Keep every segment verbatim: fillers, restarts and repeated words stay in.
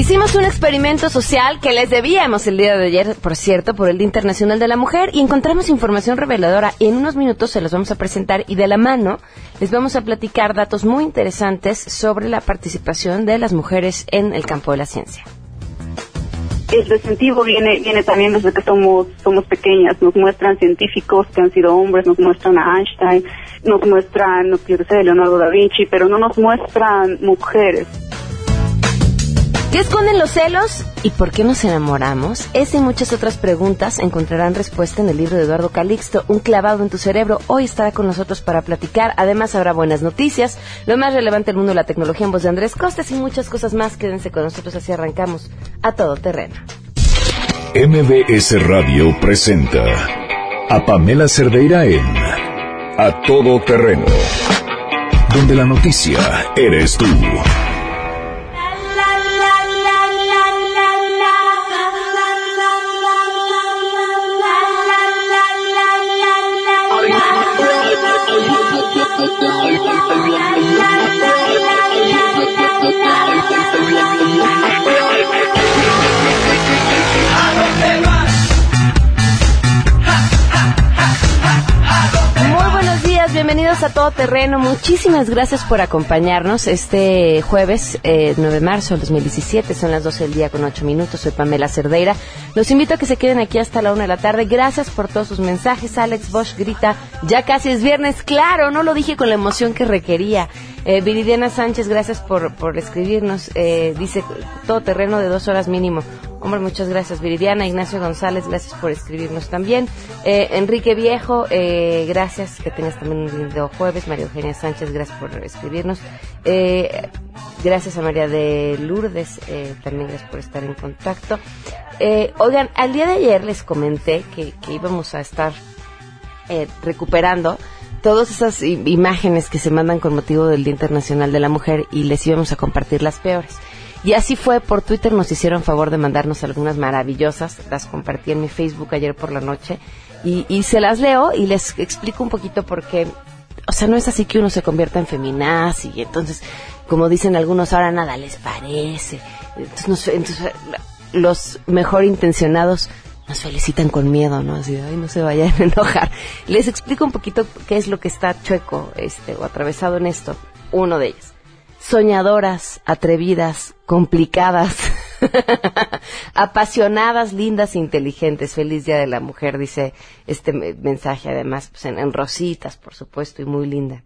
Hicimos un experimento social que les debíamos el día de ayer, por cierto, por el Día Internacional de la Mujer, y encontramos información reveladora. En unos minutos se los vamos a presentar y de la mano les vamos a platicar datos muy interesantes sobre la participación de las mujeres en el campo de la ciencia. El incentivo viene viene también desde que somos somos pequeñas. Nos muestran científicos que han sido hombres, nos muestran a Einstein, nos muestran, no quiero decir, Leonardo da Vinci, pero no nos muestran mujeres. ¿Qué esconden los celos y por qué nos enamoramos? Esa y muchas otras preguntas encontrarán respuesta en el libro de Eduardo Calixto, Un clavado en tu cerebro. Hoy estará con nosotros para platicar. Además habrá buenas noticias, lo más relevante del mundo de la tecnología en voz de Andrés Costes y muchas cosas más. Quédense con nosotros, así arrancamos a todo terreno. M B S Radio presenta a Pamela Cerdeira en A Todo Terreno, donde la noticia eres tú. Bienvenidos a Todo Terreno, muchísimas gracias por acompañarnos este jueves eh, nueve de marzo del dos mil diecisiete, son las doce del día con ocho minutos, soy Pamela Cerdeira, los invito a que se queden aquí hasta la una de la tarde, gracias por todos sus mensajes. Alex Bosch grita, ya casi es viernes, claro, no lo dije con la emoción que requería. eh, Viridiana Sánchez, gracias por, por escribirnos, eh, dice Todo Terreno de dos horas mínimo. Hombre, muchas gracias, Viridiana. Ignacio González, gracias por escribirnos también. Eh, Enrique Viejo, eh, gracias, que tengas también un lindo jueves. María Eugenia Sánchez, gracias por escribirnos. Eh, gracias a María de Lourdes, eh, también gracias por estar en contacto. Eh, oigan, al día de ayer les comenté que, que íbamos a estar eh, recuperando todas esas i- imágenes que se mandan con motivo del Día Internacional de la Mujer y les íbamos a compartir las peores. Y así fue, por Twitter nos hicieron favor de mandarnos algunas maravillosas, las compartí en mi Facebook ayer por la noche, y, y se las leo y les explico un poquito por qué. O sea, no es así que uno se convierta en feminazi, y entonces, como dicen algunos, ahora nada les parece. Entonces, nos, entonces los mejor intencionados nos felicitan con miedo, ¿no? Así de, ay, no se vayan a enojar. Les explico un poquito qué es lo que está chueco, este, o atravesado en esto. Uno de ellos. Soñadoras, atrevidas, complicadas, apasionadas, lindas, inteligentes. Feliz Día de la Mujer, dice este mensaje, además, pues en, en rositas, por supuesto, y muy linda.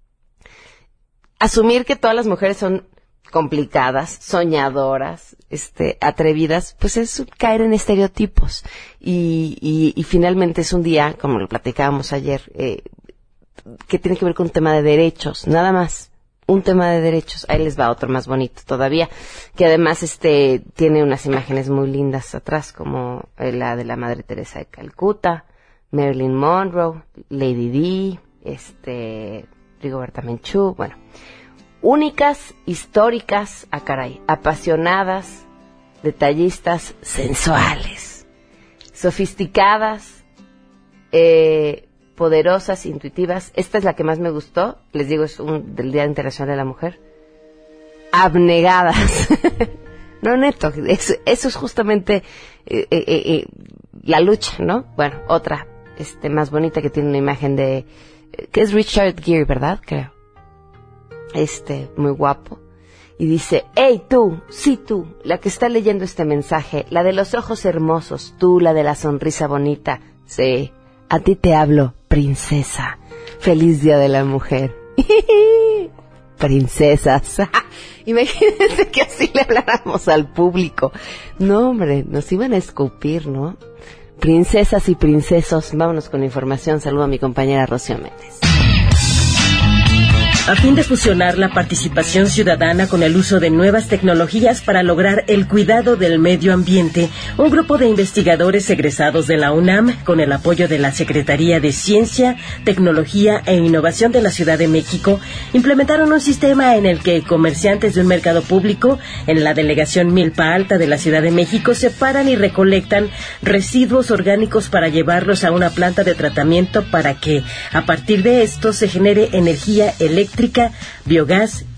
Asumir que todas las mujeres son complicadas, soñadoras, este, atrevidas, pues es caer en estereotipos. Y, y, y finalmente es un día, como lo platicábamos ayer, eh, que tiene que ver con un tema de derechos, nada más. Un tema de derechos. Ahí les va otro más bonito todavía, que además este tiene unas imágenes muy lindas atrás, como la de la Madre Teresa de Calcuta, Marilyn Monroe, Lady Di, este Rigoberta Menchú, bueno, únicas, históricas, ah caray, apasionadas, detallistas, sensuales, sofisticadas, eh poderosas, intuitivas. Esta es la que más me gustó, les digo, es un del Día Internacional de la Mujer. Abnegadas. No, neto, eso, eso es justamente eh, eh, eh, la lucha, ¿no? Bueno, otra, este, más bonita, que tiene una imagen de, eh, que es Richard Gere, ¿verdad? Creo. Este, muy guapo. Y dice, hey tú, sí tú, la que está leyendo este mensaje, la de los ojos hermosos, tú, la de la sonrisa bonita, sí, a ti te hablo, princesa. Feliz Día de la Mujer. Princesas. Imagínense que así le habláramos al público. No, hombre, nos iban a escupir, ¿no? Princesas y princesos. Vámonos con la información. Saludo a mi compañera Rocío Méndez. A fin de fusionar la participación ciudadana con el uso de nuevas tecnologías para lograr el cuidado del medio ambiente, un grupo de investigadores egresados de la UNAM, con el apoyo de la Secretaría de Ciencia, Tecnología e Innovación de la Ciudad de México, implementaron un sistema en el que comerciantes de un mercado público en la delegación Milpa Alta de la Ciudad de México separan y recolectan residuos orgánicos para llevarlos a una planta de tratamiento para que, a partir de esto, se genere energía eléctrica, biogás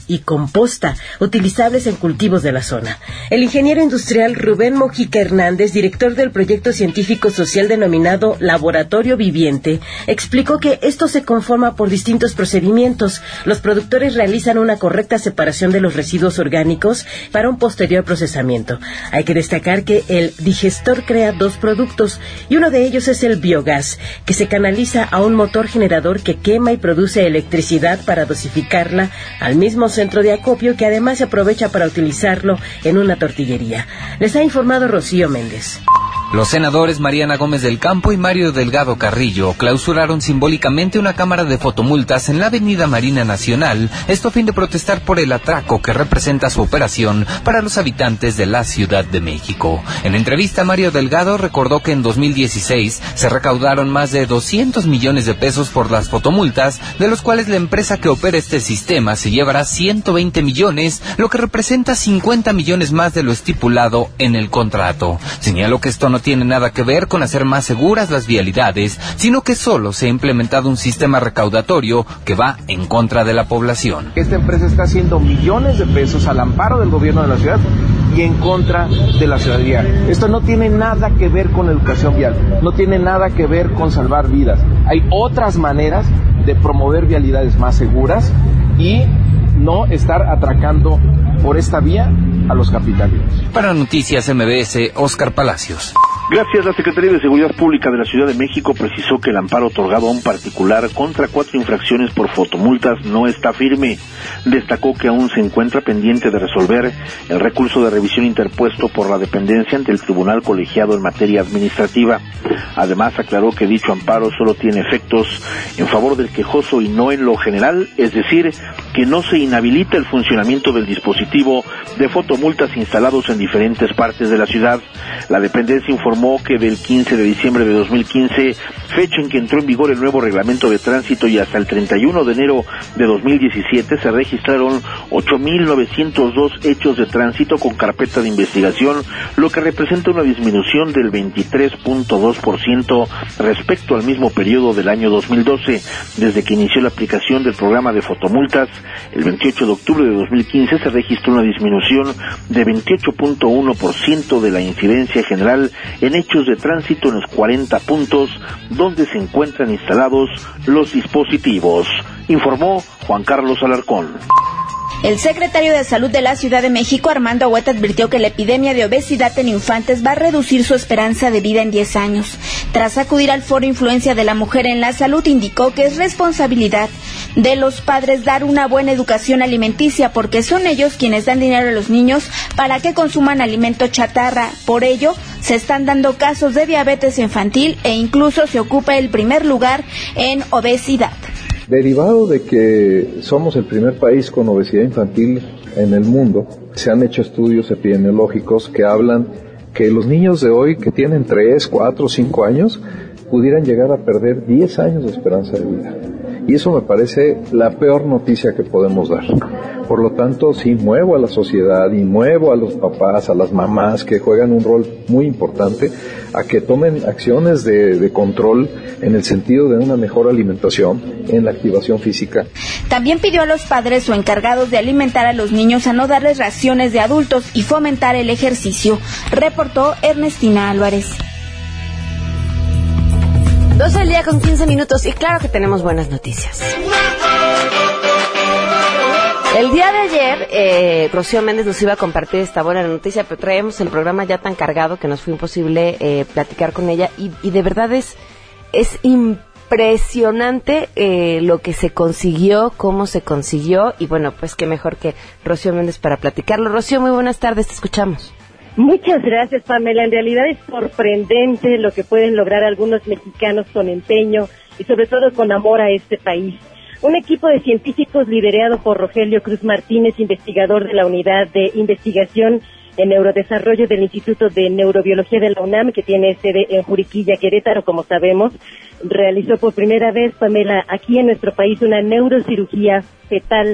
y composta, utilizables en cultivos de la zona. El ingeniero industrial Rubén Mojica Hernández, director del proyecto científico social denominado Laboratorio Viviente, explicó que esto se conforma por distintos procedimientos. Los productores realizan una correcta separación de los residuos orgánicos para un posterior procesamiento. Hay que destacar que el digestor crea dos productos y uno de ellos es el biogás, que se canaliza a un motor generador que quema y produce electricidad para dosificarla al mismo centro de acopio, que además se aprovecha para utilizarlo en una tortillería. Les ha informado Rocío Méndez. Los senadores Mariana Gómez del Campo y Mario Delgado Carrillo clausuraron simbólicamente una cámara de fotomultas en la Avenida Marina Nacional, esto a fin de protestar por el atraco que representa su operación para los habitantes de la Ciudad de México. En entrevista, Mario Delgado recordó que en dos mil dieciséis se recaudaron más de doscientos millones de pesos por las fotomultas, de los cuales la empresa que opera este sistema se llevará ciento veinte millones, lo que representa cincuenta millones más de lo estipulado en el contrato. Señaló que esto no tiene nada que ver con hacer más seguras las vialidades, sino que solo se ha implementado un sistema recaudatorio que va en contra de la población. Esta empresa está haciendo millones de pesos al amparo del gobierno de la ciudad y en contra de la ciudadanía. Esto no tiene nada que ver con educación vial, no tiene nada que ver con salvar vidas. Hay otras maneras de promover vialidades más seguras y no estar atracando por esta vía a los capitalinos. Para Noticias M B S, Óscar Palacios. Gracias. La Secretaría de Seguridad Pública de la Ciudad de México precisó que el amparo otorgado a un particular contra cuatro infracciones por fotomultas no está firme. Destacó que aún se encuentra pendiente de resolver el recurso de revisión interpuesto por la dependencia ante el Tribunal Colegiado en materia administrativa. Además, aclaró que dicho amparo solo tiene efectos en favor del quejoso y no en lo general, es decir, que no se inhabilita el funcionamiento del dispositivo de fotomultas instalados en diferentes partes de la ciudad. La dependencia informó que del quince de diciembre de dos mil quince, fecha en que entró en vigor el nuevo reglamento de tránsito, y hasta el treinta y uno de enero de dos mil diecisiete se registraron ocho mil novecientos dos hechos de tránsito con carpeta de investigación, lo que representa una disminución del veintitrés punto dos por ciento respecto al mismo periodo del año dos mil doce. Desde que inició la aplicación del programa de fotomultas, el veintiocho de octubre de dos mil quince se registró una disminución de veintiocho punto uno por ciento de la incidencia general en hechos de tránsito en los cuarenta puntos donde se encuentran instalados los dispositivos, informó Juan Carlos Alarcón. El secretario de Salud de la Ciudad de México, Armando Agüeta, advirtió que la epidemia de obesidad en infantes va a reducir su esperanza de vida en diez años. Tras acudir al Foro Influencia de la Mujer en la Salud, indicó que es responsabilidad de los padres dar una buena educación alimenticia, porque son ellos quienes dan dinero a los niños para que consuman alimento chatarra. Por ello, se están dando casos de diabetes infantil e incluso se ocupa el primer lugar en obesidad. Derivado de que somos el primer país con obesidad infantil en el mundo, se han hecho estudios epidemiológicos que hablan que los niños de hoy que tienen tres, cuatro, cinco años pudieran llegar a perder diez años de esperanza de vida. Y eso me parece la peor noticia que podemos dar. Por lo tanto, sí muevo a la sociedad y muevo a los papás, a las mamás que juegan un rol muy importante, a que tomen acciones de, de control en el sentido de una mejor alimentación, en la activación física. También pidió a los padres o encargados de alimentar a los niños a no darles raciones de adultos y fomentar el ejercicio, reportó Ernestina Álvarez. doce del día con quince minutos y claro que tenemos buenas noticias. El día de ayer, eh, Rocío Méndez nos iba a compartir esta buena noticia, pero traemos el programa ya tan cargado que nos fue imposible eh, platicar con ella y, y de verdad es, es impresionante eh, lo que se consiguió, cómo se consiguió y bueno, pues qué mejor que Rocío Méndez para platicarlo. Rocío, muy buenas tardes, te escuchamos. Muchas gracias, Pamela. En realidad es sorprendente lo que pueden lograr algunos mexicanos con empeño y sobre todo con amor a este país. Un equipo de científicos liderado por Rogelio Cruz Martínez, investigador de la Unidad de Investigación en Neurodesarrollo del Instituto de Neurobiología de la UNAM, que tiene sede en Juriquilla, Querétaro, como sabemos, realizó por primera vez, Pamela, aquí en nuestro país una neurocirugía fetal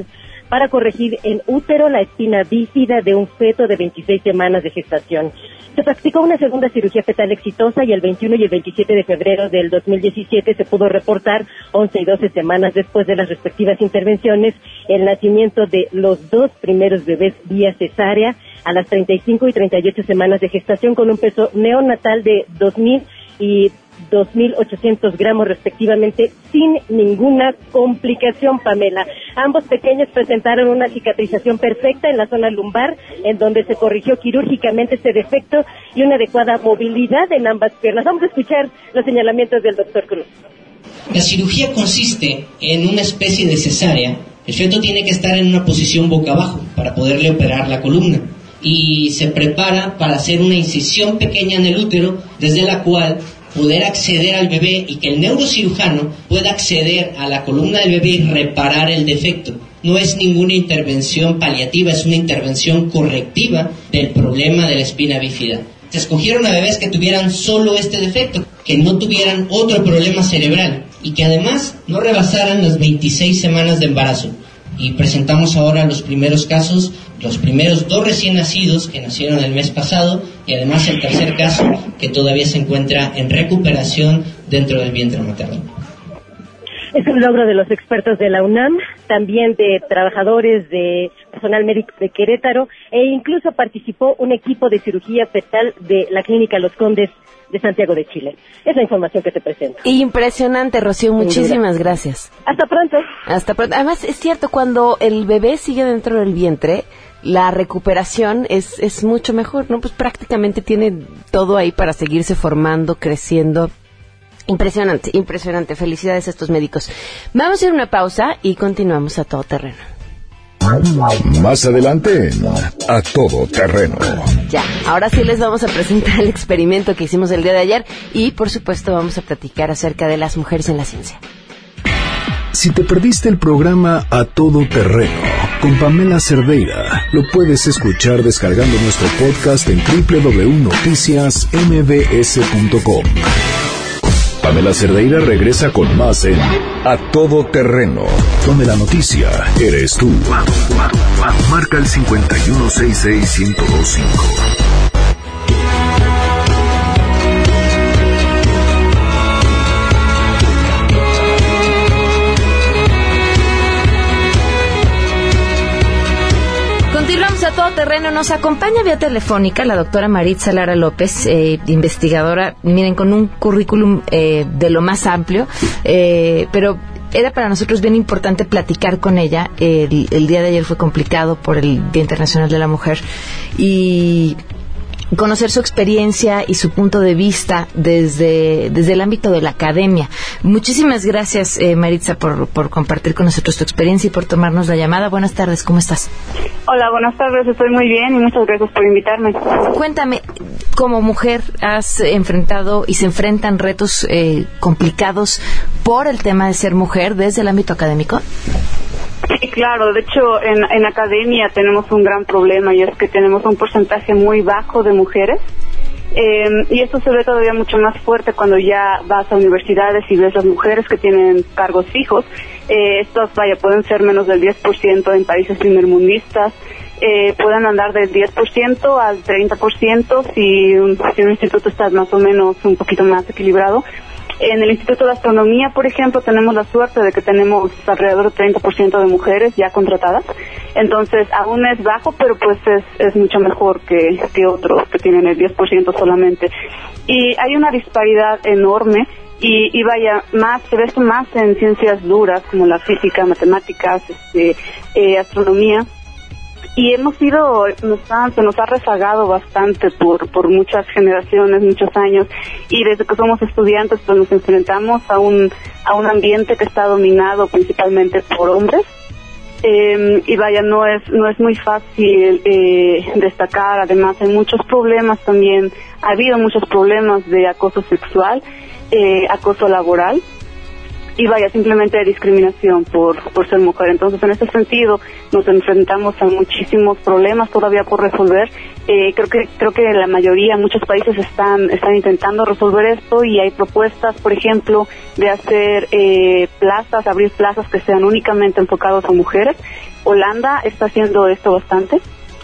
para corregir en útero la espina bífida de un feto de veintiséis semanas de gestación. Se practicó una segunda cirugía fetal exitosa y el veintiuno y el veintisiete de febrero del dos mil diecisiete se pudo reportar, once y doce semanas después de las respectivas intervenciones, el nacimiento de los dos primeros bebés vía cesárea a las treinta y cinco y treinta y ocho semanas de gestación, con un peso neonatal de dos mil y dos mil ochocientos gramos respectivamente, sin ninguna complicación, Pamela. Ambos pequeños presentaron una cicatrización perfecta en la zona lumbar, en donde se corrigió quirúrgicamente este defecto y una adecuada movilidad en ambas piernas. Vamos a escuchar los señalamientos del doctor Cruz. La cirugía consiste en una especie de cesárea. El feto tiene que estar en una posición boca abajo para poderle operar la columna, y se prepara para hacer una incisión pequeña en el útero, desde la cual poder acceder al bebé y que el neurocirujano pueda acceder a la columna del bebé y reparar el defecto. No es ninguna intervención paliativa, es una intervención correctiva del problema de la espina bífida. Se escogieron a bebés que tuvieran solo este defecto, que no tuvieran otro problema cerebral y que además no rebasaran las veintiséis semanas de embarazo. Y presentamos ahora los primeros casos, los primeros dos recién nacidos que nacieron el mes pasado, y además el tercer caso que todavía se encuentra en recuperación dentro del vientre materno. Es un logro de los expertos de la UNAM, también de trabajadores de personal médico de Querétaro, e incluso participó un equipo de cirugía fetal de la Clínica Los Condes de Santiago de Chile. Es la información que te presento. Impresionante, Rocío, muchísimas gracias. Hasta pronto. Hasta pronto. Además, es cierto, cuando el bebé sigue dentro del vientre, la recuperación es, es mucho mejor, ¿no? Pues prácticamente tiene todo ahí para seguirse formando, creciendo. Impresionante, impresionante. Felicidades a estos médicos. Vamos a ir a una pausa y continuamos a todo terreno. Más adelante en A Todo Terreno. Ya, ahora sí les vamos a presentar el experimento que hicimos el día de ayer y, por supuesto, vamos a platicar acerca de las mujeres en la ciencia. Si te perdiste el programa A Todo Terreno con Pamela Cerdeira, lo puedes escuchar descargando nuestro podcast en doble u doble u doble u punto noticias m b s punto com. Pamela Cerdeira regresa con más en A Todo Terreno, donde la noticia eres tú. Marca el cincuenta y uno sesenta y seis, ciento veinticinco. Continuamos a todo terreno. Nos acompaña vía telefónica la doctora Maritza Lara López, eh, investigadora, miren, con un currículum eh, de lo más amplio, eh, pero era para nosotros bien importante platicar con ella. El, el día de ayer fue complicado por el Día Internacional de la Mujer y conocer su experiencia y su punto de vista desde, desde el ámbito de la academia. Muchísimas gracias, eh, Maritza, por, por compartir con nosotros tu experiencia y por tomarnos la llamada. Buenas tardes, ¿cómo estás? Hola, buenas tardes, estoy muy bien y muchas gracias por invitarme. Cuéntame, como mujer has enfrentado y se enfrentan retos eh, complicados por el tema de ser mujer desde el ámbito académico. Sí, claro, de hecho en, en academia tenemos un gran problema y es que tenemos un porcentaje muy bajo de mujeres eh, y esto se ve todavía mucho más fuerte cuando ya vas a universidades y ves las mujeres que tienen cargos fijos. Eh, estos, vaya, pueden ser menos del diez por ciento en países primermundistas, eh, pueden andar del diez por ciento al treinta por ciento si un, si un instituto está más o menos un poquito más equilibrado. En el Instituto de Astronomía, por ejemplo, tenemos la suerte de que tenemos alrededor del treinta por ciento de mujeres ya contratadas. Entonces, aún es bajo, pero pues es, es mucho mejor que, que otros que tienen el diez por ciento solamente. Y hay una disparidad enorme y, y vaya, más, se ve esto más en ciencias duras como la física, matemáticas, este, eh, astronomía. Y hemos sido, nos ha, se nos ha rezagado bastante por, por muchas generaciones, muchos años, y desde que somos estudiantes pues nos enfrentamos a un, a un ambiente que está dominado principalmente por hombres, eh, y vaya, no es, no es muy fácil eh, destacar. Además hay muchos problemas también, ha habido muchos problemas de acoso sexual, eh, acoso laboral. y vaya, simplemente hay discriminación por, por ser mujer. Entonces, en ese sentido, nos enfrentamos a muchísimos problemas todavía por resolver. Eh, creo que creo que la mayoría, muchos países están están intentando resolver esto, y hay propuestas, por ejemplo, de hacer eh, plazas, abrir plazas que sean únicamente enfocados a mujeres. Holanda está haciendo esto bastante.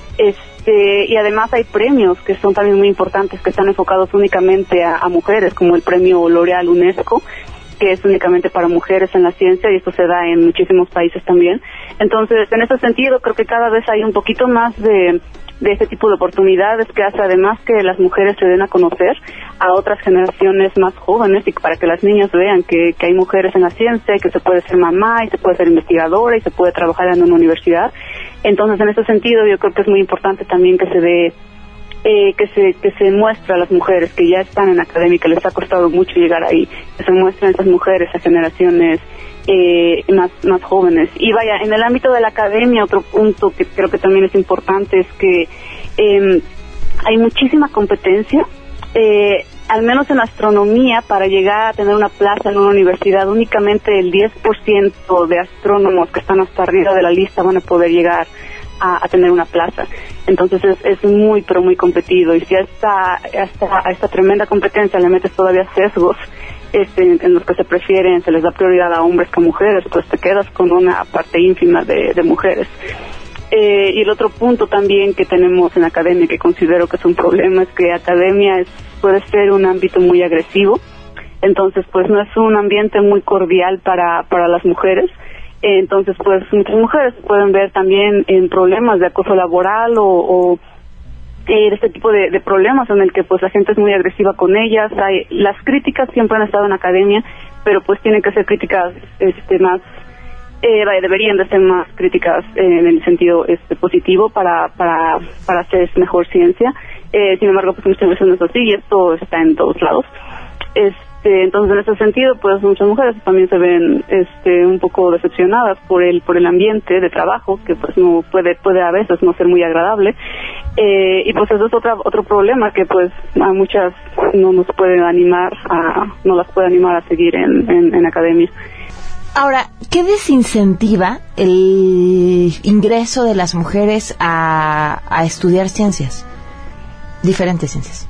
Este, y además hay premios que son también muy importantes, que están enfocados únicamente a, a mujeres, como el premio L'Oréal UNESCO, que es únicamente para mujeres en la ciencia, y esto se da en muchísimos países también. Entonces, en ese sentido, creo que cada vez hay un poquito más de, de este tipo de oportunidades, que hace además que las mujeres se den a conocer a otras generaciones más jóvenes, y para que las niñas vean que, que hay mujeres en la ciencia, y que se puede ser mamá, y se puede ser investigadora, y se puede trabajar en una universidad. Entonces, en ese sentido, yo creo que es muy importante también que se dé Eh, que se que se muestra a las mujeres que ya están en academia, que les ha costado mucho llegar ahí, que se muestren esas mujeres a generaciones eh, más más jóvenes. Y vaya, en el ámbito de la academia, otro punto que creo que también es importante es que eh, hay muchísima competencia, eh, al menos en astronomía. Para llegar a tener una plaza en una universidad, únicamente el diez por ciento de astrónomos que están hasta arriba de la lista van a poder llegar A, a tener una plaza. Entonces es, es muy pero muy competido, y si a esta, a esta, a esta tremenda competencia le metes todavía sesgos este, en, en los que se prefieren, se les da prioridad a hombres que a mujeres, pues te quedas con una parte ínfima de, de mujeres. Eh, y el otro punto también que tenemos en academia, que considero que es un problema, es que academia es, puede ser un ámbito muy agresivo. Entonces pues no es un ambiente muy cordial para, para las mujeres. Entonces, pues muchas mujeres pueden ver también en problemas de acoso laboral o, o eh, este tipo de, de problemas en el que pues la gente es muy agresiva con ellas. Hay, las críticas siempre han estado en academia, pero pues tienen que ser críticas este, más, eh, deberían de ser más críticas eh, en el sentido este, positivo para, para, para hacer mejor ciencia. Eh, sin embargo, pues muchas veces no es así, y esto está en todos lados. Este, Entonces, en ese sentido, pues muchas mujeres también se ven este, un poco decepcionadas por el por el ambiente de trabajo, que pues no puede puede a veces no ser muy agradable. Eh, y pues eso es otra, otro problema que pues a muchas no nos puede animar a no las puede animar a seguir en, en, en academia. Ahora, ¿qué desincentiva el ingreso de las mujeres a, a estudiar ciencias? Diferentes ciencias.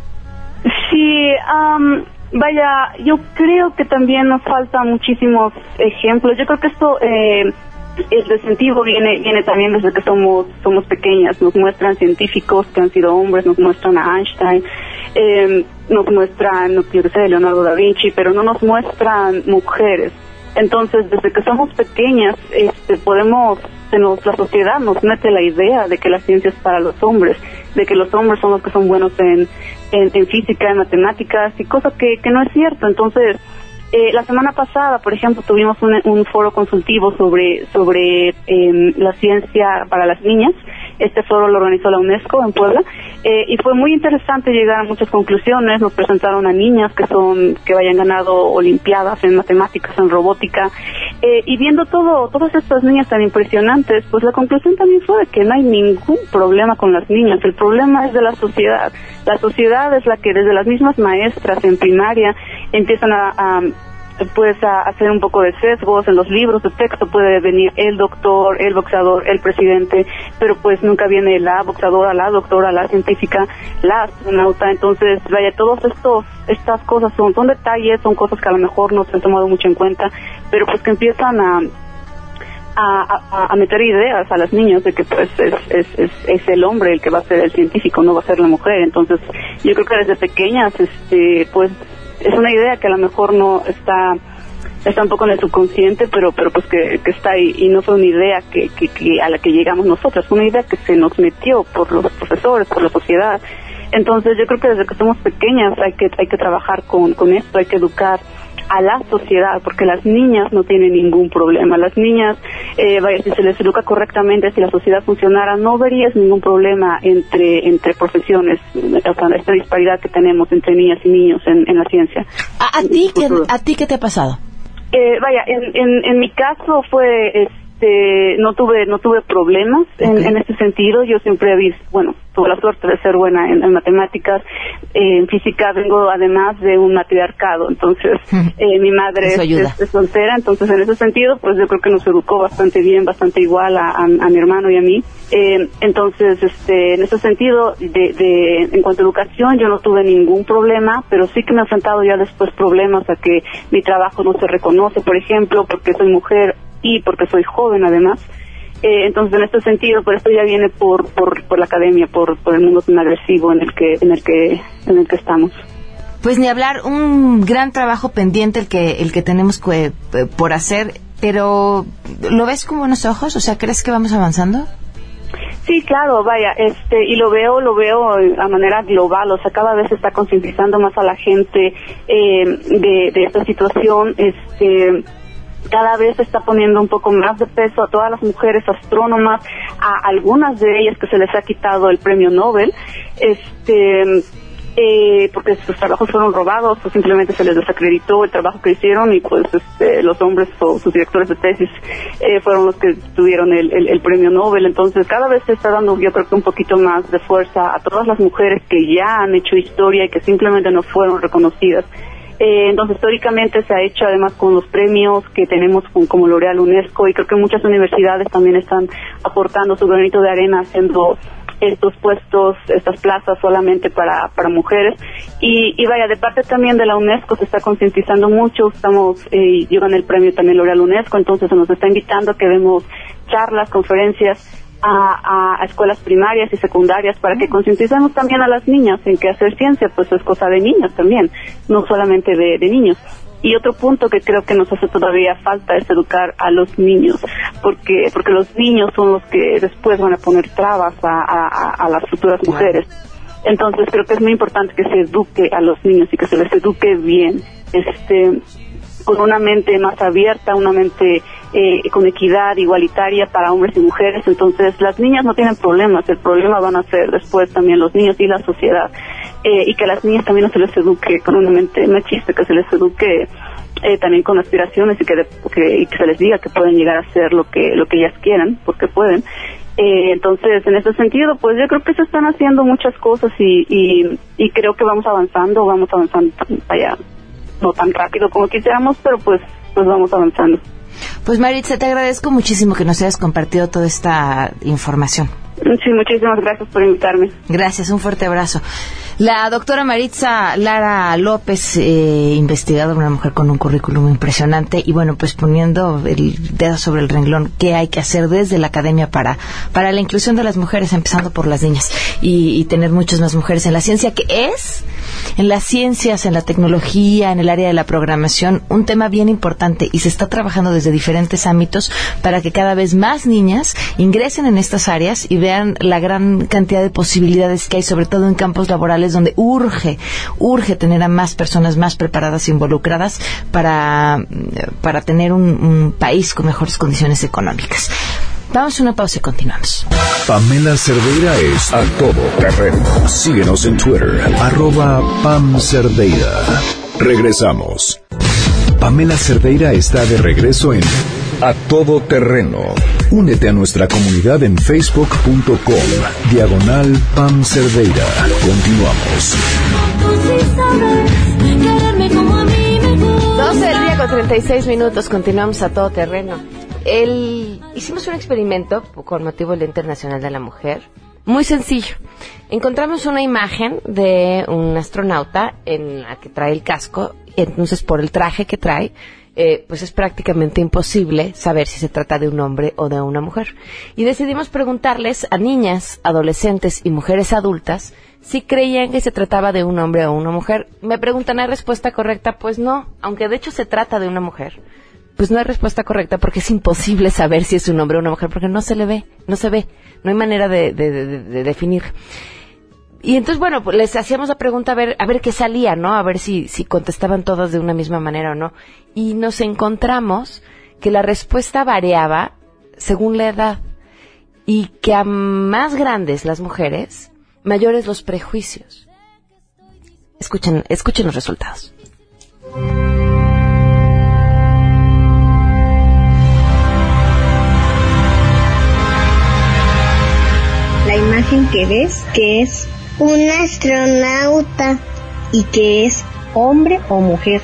Sí, um, vaya, yo creo que también nos faltan muchísimos ejemplos. Yo creo que esto, eh, el desincentivo viene viene también desde que somos somos pequeñas. Nos muestran científicos que han sido hombres, nos muestran a Einstein, eh, nos muestran, no quiero decir, Leonardo da Vinci, pero no nos muestran mujeres. Entonces, desde que somos pequeñas, este, podemos, se nos, la sociedad nos mete la idea de que la ciencia es para los hombres, de que los hombres son los que son buenos en, en, en física, en matemáticas, y cosa que, que no es cierto. Entonces, eh, la semana pasada, por ejemplo, tuvimos un, un foro consultivo sobre, sobre eh, la ciencia para las niñas. Este foro lo organizó la UNESCO en Puebla, eh, y fue muy interesante llegar a muchas conclusiones. Nos presentaron a niñas que son que hayan ganado olimpiadas en matemáticas, en robótica, eh, y viendo todo todas estas niñas tan impresionantes, pues la conclusión también fue que no hay ningún problema con las niñas. El problema es de la sociedad. La sociedad es la que desde las mismas maestras en primaria empiezan a, a pues a hacer un poco de sesgos. En los libros de texto puede venir el doctor, el boxeador, el presidente, pero pues nunca viene la boxeadora, la doctora, la científica, la astronauta. Entonces, vaya, todos estos estas cosas son son detalles, son cosas que a lo mejor no se han tomado mucho en cuenta, pero pues que empiezan a a, a, a meter ideas a las niñas de que pues es, es, es, es el hombre el que va a ser el científico, no va a ser la mujer. Entonces, yo creo que desde pequeñas, este, pues es una idea que a lo mejor no está está un poco en el subconsciente, pero pero pues que, que está ahí, y no fue una idea que, que, que a la que llegamos nosotros, fue una idea que se nos metió por los profesores, por la sociedad. Entonces yo creo que desde que somos pequeñas hay que hay que trabajar con, con esto, hay que educar a la sociedad, porque las niñas no tienen ningún problema. Las niñas, eh, vaya, si se les educa correctamente, si la sociedad funcionara, no verías ningún problema entre entre profesiones, o sea, esta disparidad que tenemos entre niñas y niños en, en la ciencia. ¿A, a ti qué a ti qué te ha pasado? Eh, vaya, en, en, en mi caso fue, este, no tuve no tuve problemas en, okay. en ese sentido. Yo siempre he visto, bueno, tuve la suerte de ser buena en, en matemáticas, eh, en física vengo además de un matriarcado, entonces eh, mi madre es, es, es soltera, entonces en ese sentido pues yo creo que nos educó bastante bien, bastante igual a, a, a mi hermano y a mí. Eh, entonces, este, en ese sentido, de, de, en cuanto a educación, yo no tuve ningún problema, pero sí que me he enfrentado ya después problemas a que mi trabajo no se reconoce, por ejemplo, porque soy mujer y porque soy joven además. Eh, entonces, en este sentido, por esto ya viene por, por, por la academia, por, por el mundo tan agresivo en el que, en el que, en el que estamos. Pues ni hablar, un gran trabajo pendiente el que, el que tenemos que, por hacer, pero ¿lo ves con buenos ojos? O sea, ¿crees que vamos avanzando? Sí, claro, vaya, este, y lo veo, lo veo a manera global, o sea, cada vez se está concientizando más a la gente eh, de, de esta situación, este, cada vez se está poniendo un poco más de peso a todas las mujeres astrónomas, a algunas de ellas que se les ha quitado el premio Nobel, este, eh, porque sus trabajos fueron robados o simplemente se les desacreditó el trabajo que hicieron y pues este, los hombres o sus directores de tesis eh, fueron los que tuvieron el, el, el premio Nobel. Entonces cada vez se está dando, yo creo que un poquito más de fuerza a todas las mujeres que ya han hecho historia y que simplemente no fueron reconocidas. Eh, entonces históricamente se ha hecho además con los premios que tenemos con, como L'Oréal UNESCO, y creo que muchas universidades también están aportando su granito de arena haciendo estos puestos, estas plazas solamente para, para mujeres. Y, y vaya, de parte también de la UNESCO se está concientizando mucho, estamos, eh, llevan el premio también L'Oréal UNESCO, entonces se nos está invitando a que demos charlas, conferencias a, a, a escuelas primarias y secundarias para que concienticemos también a las niñas en que hacer ciencia pues es cosa de niños también, no solamente de, de niños. Y otro punto que creo que nos hace todavía falta es educar a los niños, porque porque los niños son los que después van a poner trabas a, a, a las futuras mujeres. Entonces creo que es muy importante que se eduque a los niños y que se les eduque bien, este, con una mente más abierta, una mente eh, con equidad igualitaria para hombres y mujeres. Entonces las niñas no tienen problemas, el problema van a ser después también los niños y la sociedad. Eh, y que a las niñas también no se les eduque con una mente machista, que se les eduque eh, también con aspiraciones y que, de, que, y que se les diga que pueden llegar a hacer lo que lo que ellas quieran, porque pueden. Eh, entonces, en ese sentido, pues yo creo que se están haciendo muchas cosas y, y, y creo que vamos avanzando, vamos avanzando allá, no tan rápido como quisiéramos, pero pues, pues vamos avanzando. Pues Maritza, te agradezco muchísimo que nos hayas compartido toda esta información. Sí, muchísimas gracias por invitarme. Gracias, un fuerte abrazo. La doctora Maritza Lara López, eh, investigadora, una mujer con un currículum impresionante y bueno, pues poniendo el dedo sobre el renglón, qué hay que hacer desde la academia para para la inclusión de las mujeres, empezando por las niñas y, y tener muchas más mujeres en la ciencia, que es, en las ciencias, en la tecnología, en el área de la programación, un tema bien importante y se está trabajando desde diferentes ámbitos para que cada vez más niñas ingresen en estas áreas y vean la gran cantidad de posibilidades que hay, sobre todo en campos laborales donde urge, urge tener a más personas más preparadas e involucradas para, para tener un, un país con mejores condiciones económicas. Vamos a una pausa y continuamos. Pamela Cerdeira es a todo terreno. Síguenos en Twitter, arroba Pam Cerdeira. Regresamos. Pamela Cerdeira está de regreso en A Todo Terreno. Únete a nuestra comunidad en facebook punto com, diagonal Pam Cerdeira. Continuamos. doce del día con treinta y seis minutos, continuamos A Todo Terreno. El, hicimos un experimento con motivo del Día Internacional de la Mujer, muy sencillo. Encontramos una imagen de un astronauta en la que trae el casco, entonces por el traje que trae, Eh, pues es prácticamente imposible saber si se trata de un hombre o de una mujer. Y decidimos preguntarles a niñas, adolescentes y mujeres adultas si creían que se trataba de un hombre o una mujer. Me preguntan, ¿hay respuesta correcta? Pues no, aunque de hecho se trata de una mujer. Pues no hay respuesta correcta porque es imposible saber si es un hombre o una mujer porque no se le ve, no se ve, no hay manera de, de, de, de definir. Y entonces, bueno, pues les hacíamos la pregunta a ver a ver qué salía, ¿no? A ver si, si contestaban todas de una misma manera o no. Y nos encontramos que la respuesta variaba según la edad. Y que a más grandes las mujeres, mayores los prejuicios. Escuchen, escuchen los resultados. La imagen imagen que ves, ¿qué es? Un astronauta. ¿Y qué es? ¿Hombre o mujer?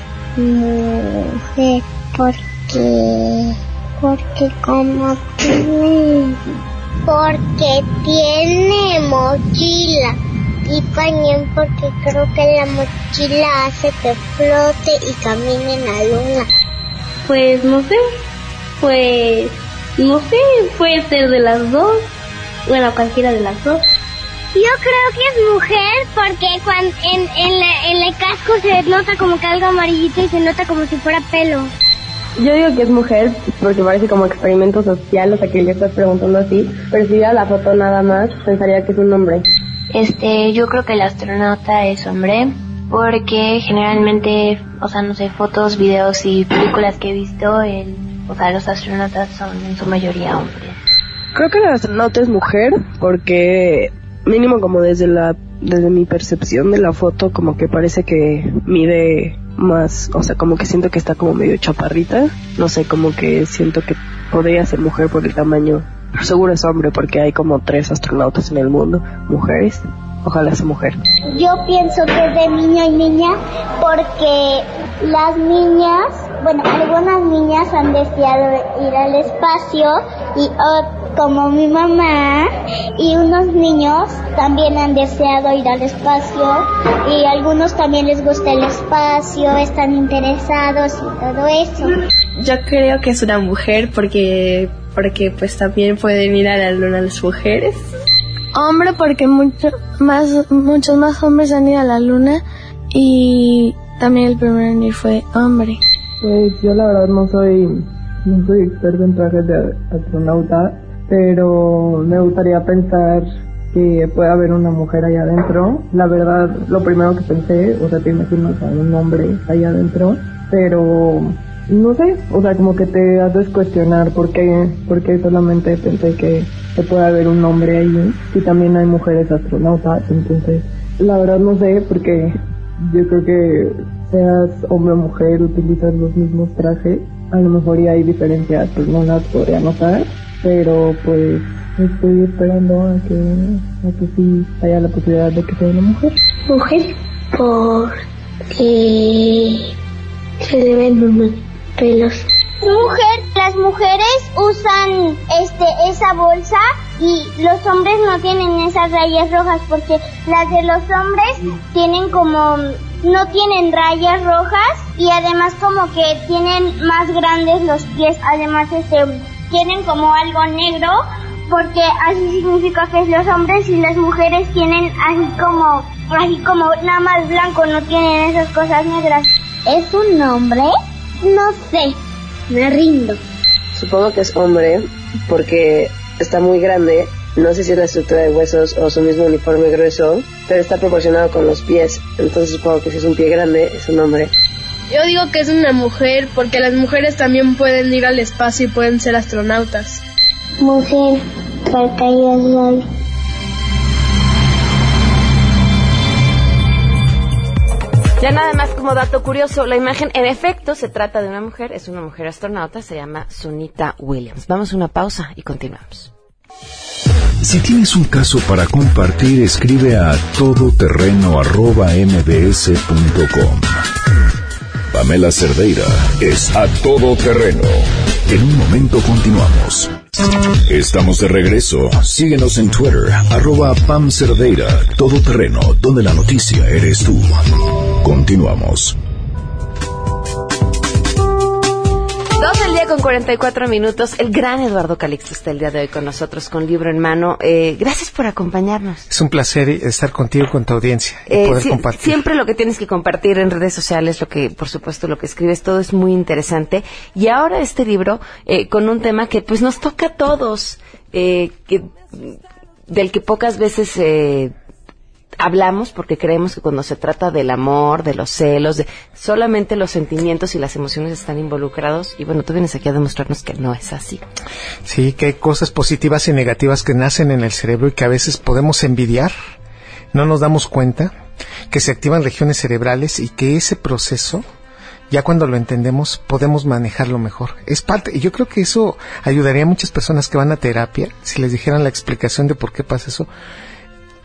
Mujer, porque... Porque como tiene... Porque tiene mochila. Y también porque creo que la mochila hace que flote y camine en la luna. Pues no sé, pues no sé, puede ser de las dos, bueno, cualquiera de las dos. Yo creo que es mujer porque cuando en, en, la, en el casco se nota como que algo amarillito y se nota como si fuera pelo. Yo digo que es mujer porque parece como experimento social, o sea que le estás preguntando así, pero si viera la foto nada más, pensaría que es un hombre. Este, yo creo que el astronauta es hombre porque generalmente, o sea, no sé, fotos, videos y películas que he visto, el, o sea, los astronautas son en su mayoría hombres. Creo que el astronauta es mujer porque mínimo como desde la desde mi percepción de la foto como que parece que mide más, o sea, como que siento que está como medio chaparrita, no sé, como que siento que podría ser mujer por el tamaño. Seguro es hombre porque hay como tres astronautas en el mundo, mujeres, ojalá sea mujer. Yo pienso que es de niño y niña porque las niñas, bueno, algunas niñas han deseado ir al espacio y oh, como mi mamá, y unos niños también han deseado ir al espacio y a algunos también les gusta el espacio, están interesados y todo eso. Yo creo que es una mujer porque porque pues también pueden ir a la luna las mujeres. Hombre porque mucho más muchos más hombres han ido a la luna y también el primero en ir fue hombre. Pues yo la verdad no soy no soy experto en trajes de astronauta, pero me gustaría pensar que puede haber una mujer allá adentro. La verdad, lo primero que pensé, o sea, te imaginas a un hombre allá adentro, pero no sé, o sea, como que te haces cuestionar por qué, por qué solamente pensé que, que puede haber un hombre ahí, y también hay mujeres astronautas. Entonces, la verdad no sé, porque yo creo que seas hombre o mujer, utilizas los mismos trajes, a lo mejor ya hay diferencias, pues no las podría notar, pero pues estoy esperando a que, a que sí haya la posibilidad de que sea una mujer. Mujer, porque se le ven unos pelos. Mujer, las mujeres usan este esa bolsa y los hombres no tienen esas rayas rojas porque las de los hombres tienen como, no tienen rayas rojas y además como que tienen más grandes los pies, además este tienen como algo negro porque así significa que es los hombres y las mujeres tienen así como, así como nada más blanco, no tienen esas cosas negras. ¿Es un hombre? No sé, me rindo. Supongo que es hombre porque está muy grande, no sé si es la estructura de huesos o su mismo uniforme grueso, pero está proporcionado con los pies, entonces supongo que si es un pie grande es un hombre. Yo digo que es una mujer porque las mujeres también pueden ir al espacio y pueden ser astronautas. Mujer, porque yo soy. Ya nada más como dato curioso, la imagen en efecto se trata de una mujer, es una mujer astronauta, se llama Sunita Williams. Vamos a una pausa y continuamos. Si tienes un caso para compartir, escribe a todoterreno arroba mbs punto com. Pamela Cerdeira es A Todo Terreno. En un momento continuamos. Estamos de regreso. Síguenos en Twitter, arroba Pam Cerdeira, Todo Terreno, donde la noticia eres tú. Continuamos. Dos del día con cuarenta y cuatro minutos. El gran Eduardo Calixto está el día de hoy con nosotros con libro en mano. Eh, gracias por acompañarnos. Es un placer estar contigo, con tu audiencia y eh, poder si, compartir. Siempre lo que tienes que compartir en redes sociales, lo que, por supuesto, lo que escribes, todo es muy interesante. Y ahora este libro eh, con un tema que pues nos toca a todos, eh, que, del que pocas veces eh, hablamos porque creemos que cuando se trata del amor, de los celos, de solamente los sentimientos y las emociones están involucrados, y bueno, tú vienes aquí a demostrarnos que no es así. Sí, que hay cosas positivas y negativas que nacen en el cerebro y que a veces podemos envidiar, no nos damos cuenta, que se activan regiones cerebrales y que ese proceso, ya cuando lo entendemos, podemos manejarlo mejor. Es parte, y yo creo que eso ayudaría a muchas personas que van a terapia, si les dijeran la explicación de por qué pasa eso.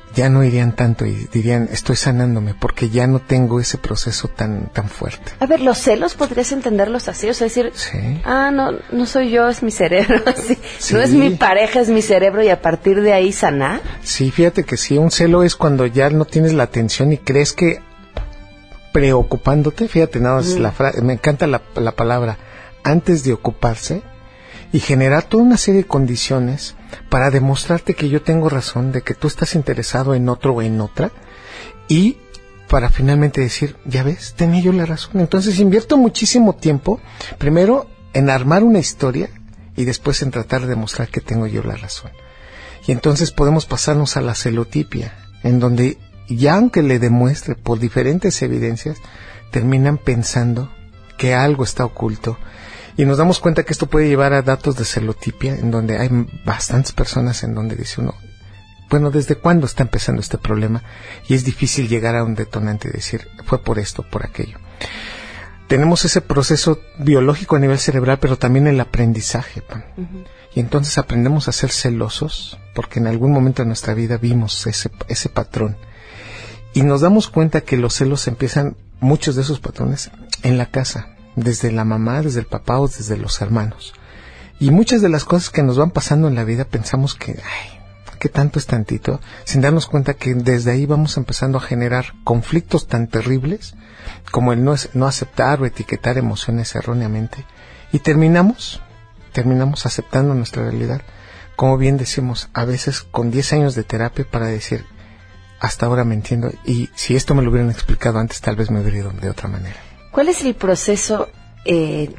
ya no irían tanto y dirían, estoy sanándome porque ya no tengo ese proceso tan tan fuerte. A ver, los celos podrías entenderlos así, o sea, decir, sí. ah, no, no soy yo, es mi cerebro, así. Sí. No es mi pareja, es mi cerebro, y a partir de ahí sanar. Sí, fíjate que sí, un celo es cuando ya no tienes la atención y crees que preocupándote, fíjate, nada más mm. la frase, me encanta la, la palabra, antes de ocuparse, y generar toda una serie de condiciones para demostrarte que yo tengo razón, de que tú estás interesado en otro o en otra, y para finalmente decir, ya ves, tenía yo la razón. Entonces invierto muchísimo tiempo, primero en armar una historia y después en tratar de demostrar que tengo yo la razón. Y entonces podemos pasarnos a la celotipia, en donde ya aunque le demuestre por diferentes evidencias, terminan pensando que algo está oculto. Y nos damos cuenta que esto puede llevar a datos de celotipia, en donde hay bastantes personas en donde dice uno, bueno, ¿desde cuándo está empezando este problema? Y es difícil llegar a un detonante y decir, fue por esto, por aquello. Tenemos ese proceso biológico a nivel cerebral, pero también el aprendizaje, Pam. Uh-huh. Y entonces aprendemos a ser celosos, porque en algún momento de nuestra vida vimos ese, ese patrón. Y nos damos cuenta que los celos empiezan, muchos de esos patrones, en la casa. Desde la mamá, desde el papá o desde los hermanos. Y muchas de las cosas que nos van pasando en la vida pensamos que, ay, ¿qué tanto es tantito? Sin darnos cuenta que desde ahí vamos empezando a generar conflictos tan terribles como el no, no aceptar o etiquetar emociones erróneamente. Y terminamos, terminamos aceptando nuestra realidad. Como bien decimos, a veces con diez años de terapia para decir, hasta ahora me entiendo, y si esto me lo hubieran explicado antes, tal vez me hubiera ido de otra manera. ¿Cuál es el proceso eh,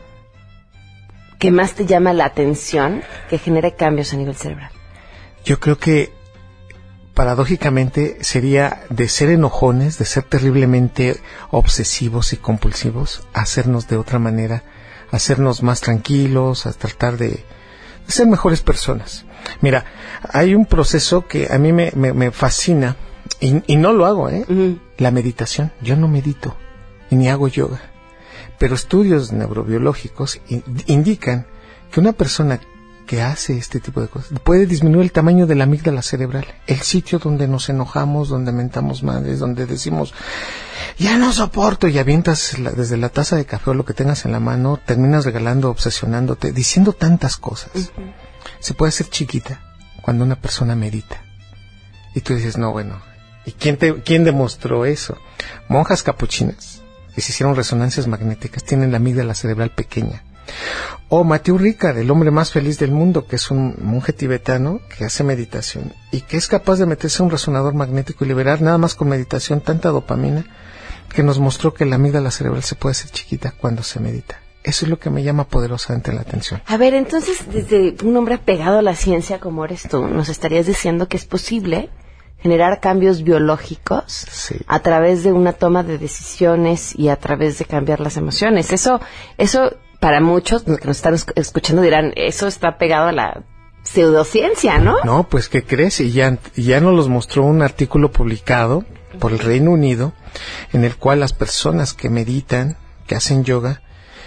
que más te llama la atención, que genere cambios a nivel cerebral? Yo creo que paradójicamente sería de ser enojones, de ser terriblemente obsesivos y compulsivos, a hacernos de otra manera, a hacernos más tranquilos, a tratar de, de ser mejores personas. Mira, hay un proceso que a mí me, me, me fascina, y, y no lo hago, ¿eh? Uh-huh. La meditación. Yo no medito. Y ni hago yoga. Pero estudios neurobiológicos in, indican que una persona que hace este tipo de cosas puede disminuir el tamaño de la amígdala cerebral, el sitio donde nos enojamos, donde mentamos madres, donde decimos, ya no soporto, y avientas la, desde la taza de café o lo que tengas en la mano, terminas regalando, obsesionándote, diciendo tantas cosas. Uh-huh. Se puede hacer chiquita cuando una persona medita. Y tú dices, no, bueno, ¿y quién, te, quién demostró eso? Monjas capuchinas que se hicieron resonancias magnéticas, tienen la amígdala cerebral pequeña. O Mathieu Ricard, el hombre más feliz del mundo, que es un monje tibetano que hace meditación y que es capaz de meterse a un resonador magnético y liberar nada más con meditación tanta dopamina, que nos mostró que la amígdala cerebral se puede hacer chiquita cuando se medita. Eso es lo que me llama poderosamente la atención. A ver, entonces, desde un hombre apegado a la ciencia como eres tú, nos estarías diciendo que es posible generar cambios biológicos sí. a través de una toma de decisiones y a través de cambiar las emociones. Eso, eso para muchos los que nos están escuchando dirán, eso está pegado a la pseudociencia, ¿no? No, pues ¿qué crees? Y ya, ya nos los mostró un artículo publicado por el Reino Unido, en el cual las personas que meditan, que hacen yoga,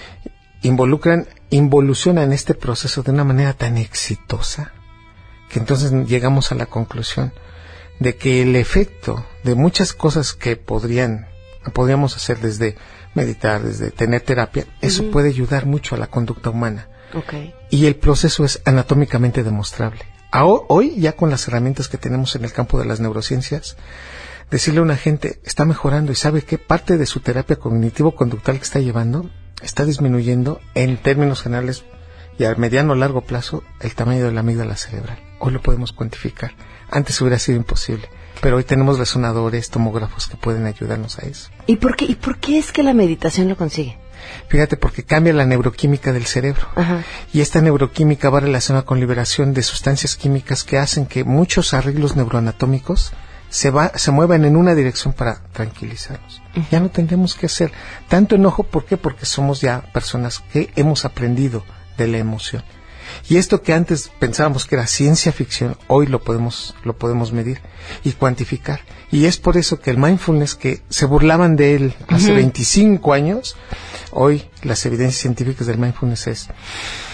involucran, involucionan este proceso de una manera tan exitosa, que entonces llegamos a la conclusión de que el efecto de muchas cosas que podrían podríamos hacer desde meditar, desde tener terapia, eso uh-huh. puede ayudar mucho a la conducta humana. Okay. Y el proceso es anatómicamente demostrable. Ahora, hoy, ya con las herramientas que tenemos en el campo de las neurociencias, decirle a una gente, está mejorando y sabe que parte de su terapia cognitivo-conductual que está llevando está disminuyendo en términos generales y a mediano o largo plazo el tamaño de la amígdala cerebral. Hoy lo podemos cuantificar. Antes hubiera sido imposible, pero hoy tenemos resonadores, tomógrafos que pueden ayudarnos a eso. ¿Y por qué, y por qué es que la meditación lo consigue? Fíjate, porque cambia la neuroquímica del cerebro. Ajá. Y esta neuroquímica va relacionada con liberación de sustancias químicas que hacen que muchos arreglos neuroanatómicos se, va, se muevan en una dirección para tranquilizarnos. Uh-huh. Ya no tendremos que hacer tanto enojo. ¿Por qué? Porque somos ya personas que hemos aprendido de la emoción. Y esto que antes pensábamos que era ciencia ficción, hoy lo podemos, lo podemos medir y cuantificar. Y es por eso que el mindfulness, que se burlaban de él hace uh-huh. veinticinco años, hoy las evidencias científicas del mindfulness es,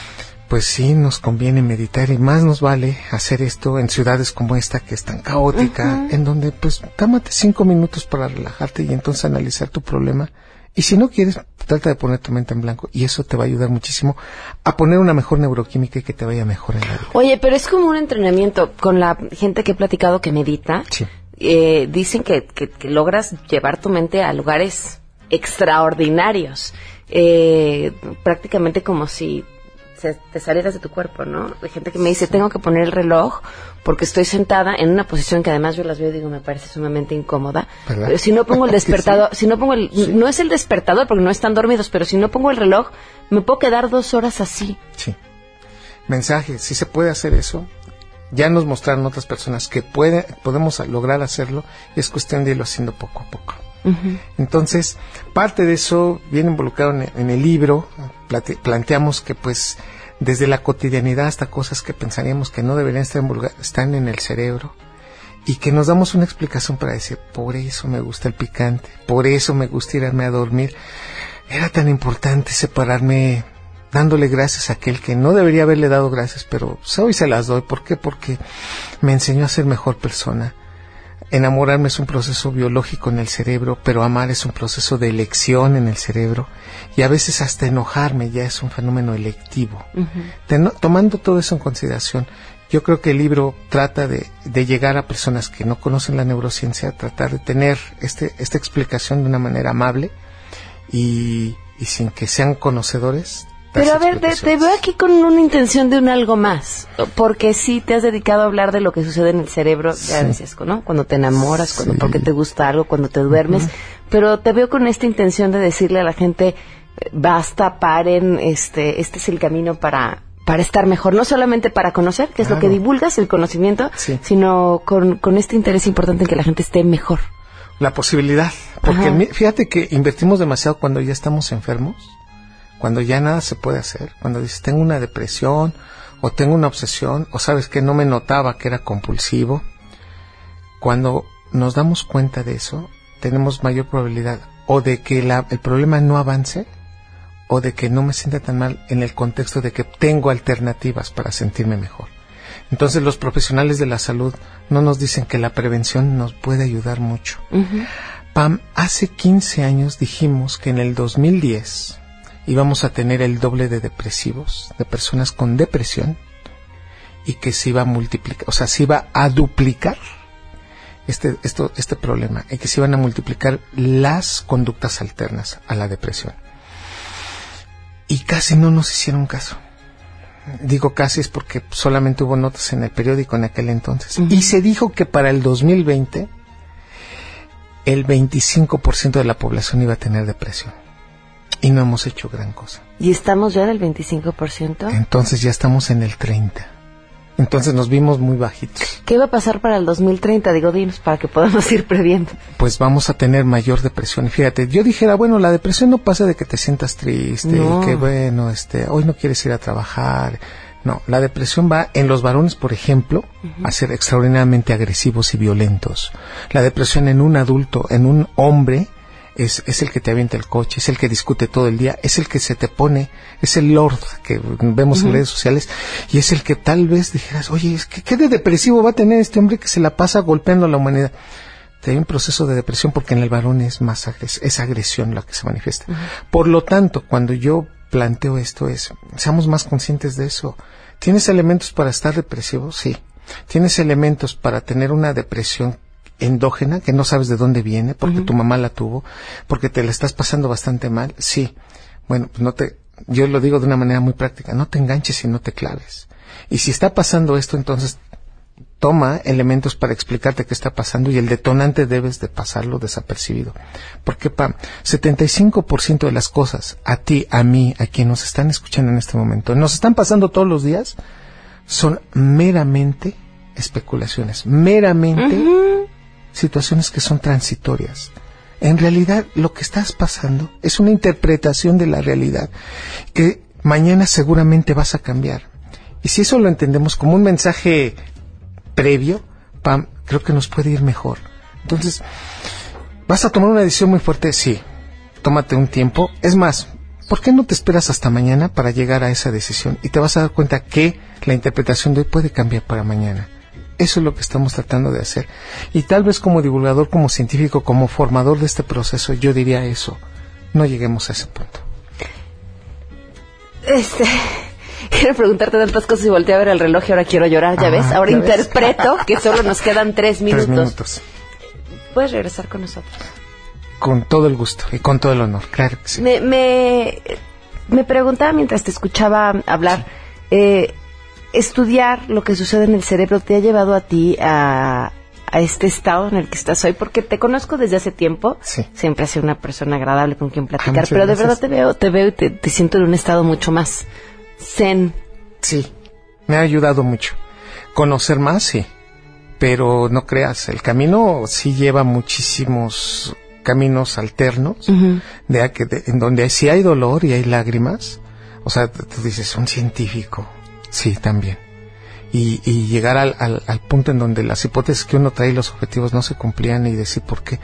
pues sí nos conviene meditar, y más nos vale hacer esto en ciudades como esta que es tan caótica, uh-huh. en donde pues tómate cinco minutos para relajarte y entonces analizar tu problema. Y si no quieres, trata de poner tu mente en blanco, y eso te va a ayudar muchísimo a poner una mejor neuroquímica y que te vaya mejor en la vida. Oye, pero es como un entrenamiento. Con la gente que he platicado que medita, sí. eh, dicen que, que, que logras llevar tu mente a lugares extraordinarios, eh, prácticamente como si se, te salieras de tu cuerpo, ¿no? Hay gente que me dice, tengo que poner el reloj porque estoy sentada en una posición que además yo las veo y digo, me parece sumamente incómoda. ¿Verdad? Pero si no pongo el despertador, si no pongo el, sí. no es el despertador porque no están dormidos, pero si no pongo el reloj, me puedo quedar dos horas así. Sí. Mensaje, si se puede hacer eso, ya nos mostraron otras personas que puede, podemos lograr hacerlo, y es cuestión de irlo haciendo poco a poco. Uh-huh. Entonces, parte de eso viene involucrado en, en el libro. Plate, planteamos que pues desde la cotidianidad hasta cosas que pensaríamos que no deberían estar en, están en el cerebro, y que nos damos una explicación para decir, por eso me gusta el picante, por eso me gusta irme a dormir. Era tan importante separarme dándole gracias a aquel que no debería haberle dado gracias, pero pues, hoy se las doy. ¿Por qué? Porque me enseñó a ser mejor persona. Enamorarme es un proceso biológico en el cerebro, pero amar es un proceso de elección en el cerebro, y a veces hasta enojarme ya es un fenómeno electivo. Uh-huh. Ten, tomando todo eso en consideración, yo creo que el libro trata de, de llegar a personas que no conocen la neurociencia, tratar de tener este, esta explicación de una manera amable y, y sin que sean conocedores. Pero a ver, te, te veo aquí con una intención de un algo más, porque sí te has dedicado a hablar de lo que sucede en el cerebro, ya sí. decías, ¿no? Cuando te enamoras, cuando sí. porque te gusta algo, cuando te duermes, uh-huh. pero te veo con esta intención de decirle a la gente, basta, paren, este, este es el camino para, para estar mejor, no solamente para conocer, que es claro. lo que divulgas, el conocimiento, sí. sino con, con este interés importante en que la gente esté mejor. La posibilidad, porque Ajá. fíjate que invertimos demasiado cuando ya estamos enfermos, cuando ya nada se puede hacer, cuando dices, tengo una depresión, o tengo una obsesión, o sabes que no me notaba que era compulsivo. Cuando nos damos cuenta de eso, tenemos mayor probabilidad o de que la, el problema no avance, o de que no me sienta tan mal, en el contexto de que tengo alternativas para sentirme mejor. Entonces los profesionales de la salud no nos dicen que la prevención nos puede ayudar mucho. Uh-huh. Pam, hace quince años dijimos que en el dos mil diez íbamos a tener el doble de depresivos, de personas con depresión, y que se iba a multiplicar, o sea, se iba a duplicar este, esto, este problema, y que se iban a multiplicar las conductas alternas a la depresión. Y casi no nos hicieron caso. Digo casi es porque solamente hubo notas en el periódico en aquel entonces. Uh-huh. Y se dijo que para el dos mil veinte el veinticinco por ciento de la población iba a tener depresión. Y no hemos hecho gran cosa. ¿Y estamos ya en el veinticinco por ciento? Entonces ya estamos en el treinta por ciento. Entonces nos vimos muy bajitos. ¿Qué va a pasar para el dos mil treinta? Digo, dinos, para que podamos ir previendo. Pues vamos a tener mayor depresión. Y fíjate, yo dijera, bueno, la depresión no pasa de que te sientas triste, no. y que bueno, este, hoy no quieres ir a trabajar. No, la depresión va en los varones, por ejemplo, uh-huh. a ser extraordinariamente agresivos y violentos. La depresión en un adulto, en un hombre, Es, es el que te avienta el coche, es el que discute todo el día, es el que se te pone, es el lord que vemos uh-huh. en redes sociales, y es el que tal vez dijeras, oye, ¿qué, qué de depresivo va a tener este hombre que se la pasa golpeando a la humanidad? Te hay un proceso de depresión porque en el varón es más agres- es agresión la que se manifiesta. Uh-huh. Por lo tanto, cuando yo planteo esto es, seamos más conscientes de eso. ¿Tienes elementos para estar depresivo? Sí. ¿Tienes elementos para tener una depresión endógena, que no sabes de dónde viene, porque uh-huh. tu mamá la tuvo, porque te la estás pasando bastante mal? Sí. Bueno, pues no te, yo lo digo de una manera muy práctica, no te enganches y no te claves. Y si está pasando esto, entonces toma elementos para explicarte qué está pasando, y el detonante debes de pasarlo desapercibido. Porque, Pam, setenta y cinco por ciento de las cosas, a ti, a mí, a quien nos están escuchando en este momento, nos están pasando todos los días, son meramente especulaciones, meramente uh-huh. situaciones que son transitorias. En realidad, lo que estás pasando es una interpretación de la realidad que mañana seguramente vas a cambiar. Y si eso lo entendemos como un mensaje previo, Pam, creo que nos puede ir mejor. Entonces, ¿vas a tomar una decisión muy fuerte? Sí. Tómate un tiempo. Es más, ¿por qué no te esperas hasta mañana para llegar a esa decisión? Y te vas a dar cuenta que la interpretación de hoy puede cambiar para mañana. Eso es lo que estamos tratando de hacer. Y tal vez como divulgador, como científico, como formador de este proceso, yo diría eso. No lleguemos a ese punto. Este... Quiero preguntarte tantas cosas y volteé a ver el reloj y ahora quiero llorar, ¿ya ah, ves? Ahora interpreto ves? Que solo nos quedan tres minutos. Tres minutos. ¿Puedes regresar con nosotros? Con todo el gusto y con todo el honor, claro que sí. Me, me, me preguntaba mientras te escuchaba hablar, sí. eh, estudiar lo que sucede en el cerebro te ha llevado a ti a, a este estado en el que estás hoy, porque te conozco desde hace tiempo, sí. Siempre has sido una persona agradable con quien platicar, ah, pero de verdad te veo, te veo y te, te siento en un estado mucho más zen. Sí, me ha ayudado mucho. Conocer más, sí, pero no creas, el camino sí lleva muchísimos caminos alternos, uh-huh. de, de, en donde sí hay dolor y hay lágrimas. O sea, tú dices, un científico, sí, también. Y, y llegar al, al, al punto en donde las hipótesis que uno trae y los objetivos no se cumplían y decir por qué.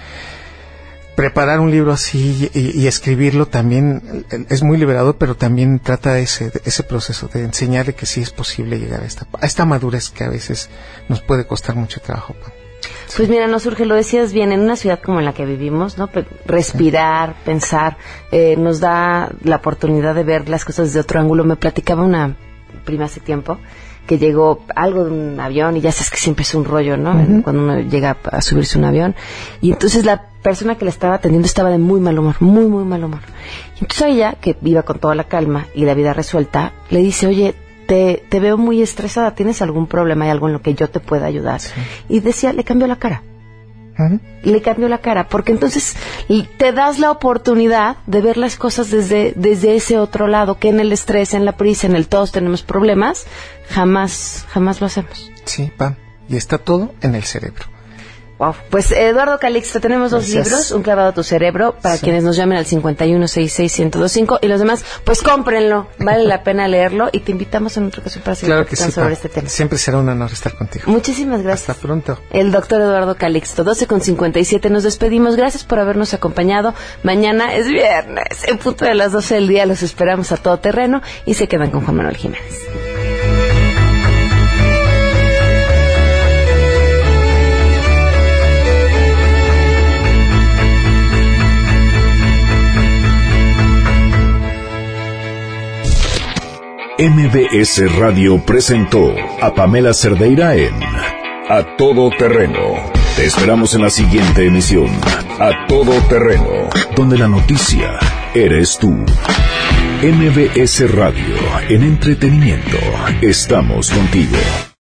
Preparar un libro así y, y escribirlo también es muy liberador, pero también trata ese ese proceso de enseñarle que sí es posible llegar a esta a esta madurez que a veces nos puede costar mucho trabajo. Sí. Pues mira, nos surge, lo decías bien, en una ciudad como en la que vivimos, ¿no? Respirar, sí. Pensar, eh, nos da la oportunidad de ver las cosas de otro ángulo. Me platicaba una prima hace tiempo que llegó algo de un avión y ya sabes que siempre es un rollo, ¿no? Uh-huh. Cuando uno llega a subirse a un avión. Y entonces la persona que la estaba atendiendo estaba de muy mal humor, muy, muy mal humor. Y entonces ella, que iba con toda la calma y la vida resuelta, le dice, oye, te, te veo muy estresada, ¿tienes algún problema? ¿Hay algo en lo que yo te pueda ayudar? Sí. Y decía, le cambió la cara. Uh-huh. Le cambió la cara, porque entonces te das la oportunidad de ver las cosas desde, desde ese otro lado, que en el estrés, en la prisa, en el todos tenemos problemas, jamás, jamás lo hacemos. Sí, Pam, y está todo en el cerebro. Wow. Pues Eduardo Calixto, tenemos dos Gracias. libros, Un clavado a tu cerebro, para sí. quienes nos llamen al cincuenta y uno sesenta y seis, ciento veinticinco, y los demás, pues cómprenlo, vale la pena leerlo, y te invitamos en otra ocasión para seguir claro platicando sí, sobre pa. este tema. Siempre será un honor estar contigo. Muchísimas gracias. Hasta pronto. El doctor Eduardo Calixto, doce con cincuenta y siete, nos despedimos, gracias por habernos acompañado. Mañana es viernes, en punto de las doce del día los esperamos a todo terreno, y se quedan con Juan Manuel Jiménez. M B S Radio presentó a Pamela Cerdeira en A Todo Terreno. Te esperamos en la siguiente emisión, A Todo Terreno, donde la noticia eres tú. M B S Radio, en entretenimiento, estamos contigo.